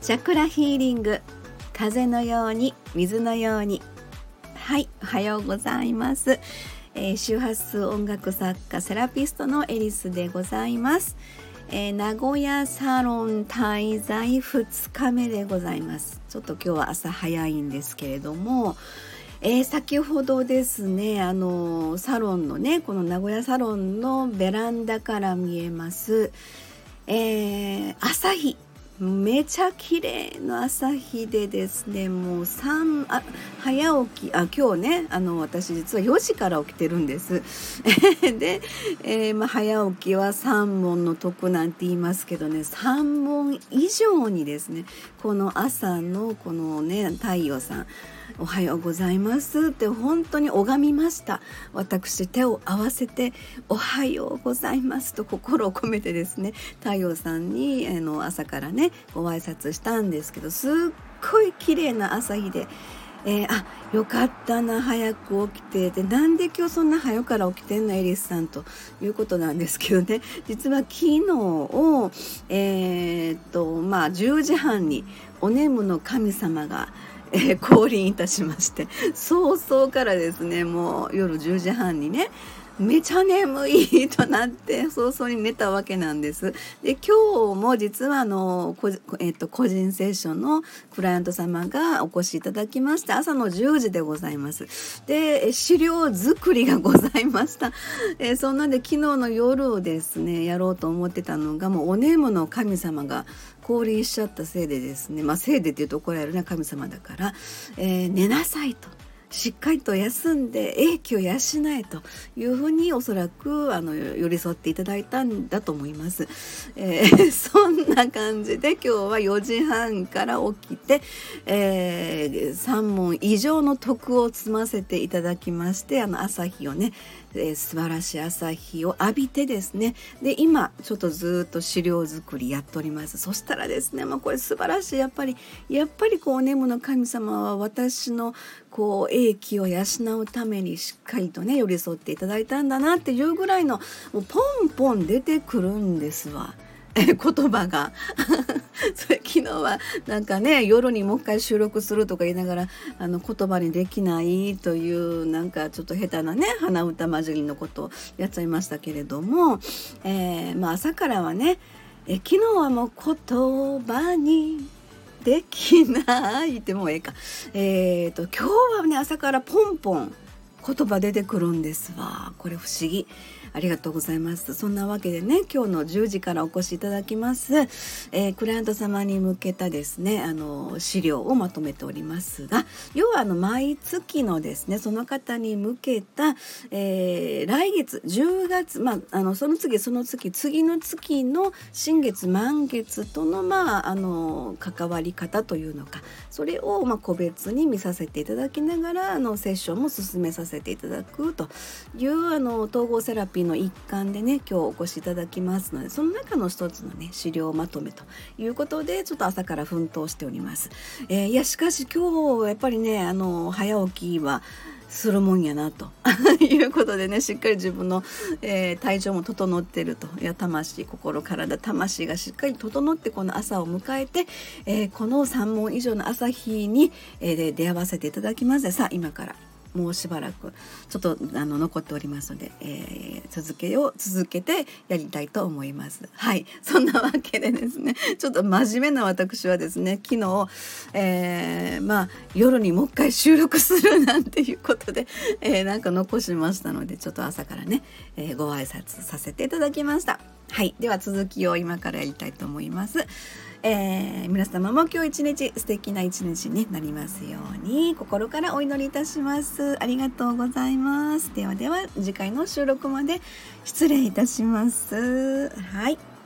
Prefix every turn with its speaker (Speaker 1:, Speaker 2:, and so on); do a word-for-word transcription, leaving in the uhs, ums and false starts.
Speaker 1: チャクラヒーリング、風のように水のように。はい、おはようございます、えー、周波数音楽作家セラピストのエリスでございます、えー、名古屋サロン滞在ふつかめでございます。ちょっと今日は朝早いんですけれども、えー、先ほどですね、あのサロンのね、この名古屋サロンのベランダから見えます、えー、朝日、めちゃ綺麗な朝日でですね、もう三あ早起きあ今日ね、あの私実はよじから起きてるんですで、えーまあ、早起きは三問の得なんて言いますけどね、三問以上にですね、この朝のこのね太陽さん、おはようございますって本当に拝みました。私手を合わせておはようございますと心を込めてですね、太陽さんにあの朝からねご挨拶したんですけど、すっごい綺麗な朝日で、えー、あよかったな、早く起きて、でなんで今日そんな早から起きてんのエリスさんということなんですけどね、実は昨日をえー、っとまあじゅうじはんにお眠の神様がえー、降臨いたしまして、早々からですね、もう夜じゅうじはんにね、めちゃ眠いとなって早々に寝たわけなんです。で今日も実はあの、えー、と個人セッションのクライアント様がお越しいただきまして、朝のじゅうじでございます。で資料作りがございました、えー、そんなんで昨日の夜をですねやろうと思ってたのが、もうお眠の神様が降臨しちゃったせいでですね、まあせいでっていうと怒られるね、神様だから、えー、寝なさいと、しっかりと休んで英気を養えというふうにおそらくあの寄り添っていただいたんだと思います、えー、そんな感じで今日はよじはんから起きて、えー、さん問以上の徳を積ませていただきまして、あの朝日をね、えー、素晴らしい朝日を浴びてですね、で今ちょっとずっと資料作りやっております。そしたらですね、まあ、これ素晴らしい、やっぱりやっぱりこうお眠の神様は私のこう英気を養うためにしっかりとね寄り添っていただいたんだなっていうぐらいの、もうポンポン出てくるんですわ、え言葉がそれ昨日はなんかね、夜にもう一回収録するとか言いながらあの言葉にできないという、なんかちょっと下手なね鼻歌混じりのことをやっちゃいましたけれども、えーまあ、朝からはね、え昨日はもう言葉にできないってもうええか、えーと今日はね朝からポンポン言葉出てくるんですわ。これ不思議、ありがとうございます。そんなわけでね、今日のじゅうじからお越しいただきます、えー、クライアント様に向けたですね、あの資料をまとめておりますが、要はあの毎月のですねその方に向けた、えー、来月じゅうがつ、まあ、あのその次その月次の月の新月満月との、まあ、あの関わり方というのか、それをまあ個別に見させていただきながらあのセッションも進めさせていただくというあの統合セラピーの一環でね、今日お越しいただきますので、その中の一つのね資料まとめということでちょっと朝から奮闘しております、えー、いやしかし今日やっぱりねあの早起きはするもんやなということでね、しっかり自分の、えー、体調も整っていると、いや魂心体魂がしっかり整ってこの朝を迎えて、えー、このさん問以上の朝日に、えー、出会わせていただきます。さあ今からもうしばらくちょっとあの残っておりますので、えー、続けを続けてやりたいと思います。はい、そんなわけでですね、ちょっと真面目な私はですね、昨日、えー、まあ夜にもう一回収録するなんていうことで、えー、なんか残しましたので、ちょっと朝からね、えー、ご挨拶させていただきました。はい、では続きを今からやりたいと思います。えー、皆様も今日一日素敵な一日になりますように心からお祈りいたします。ありがとうございます。ではでは次回の収録まで失礼いたします。はい。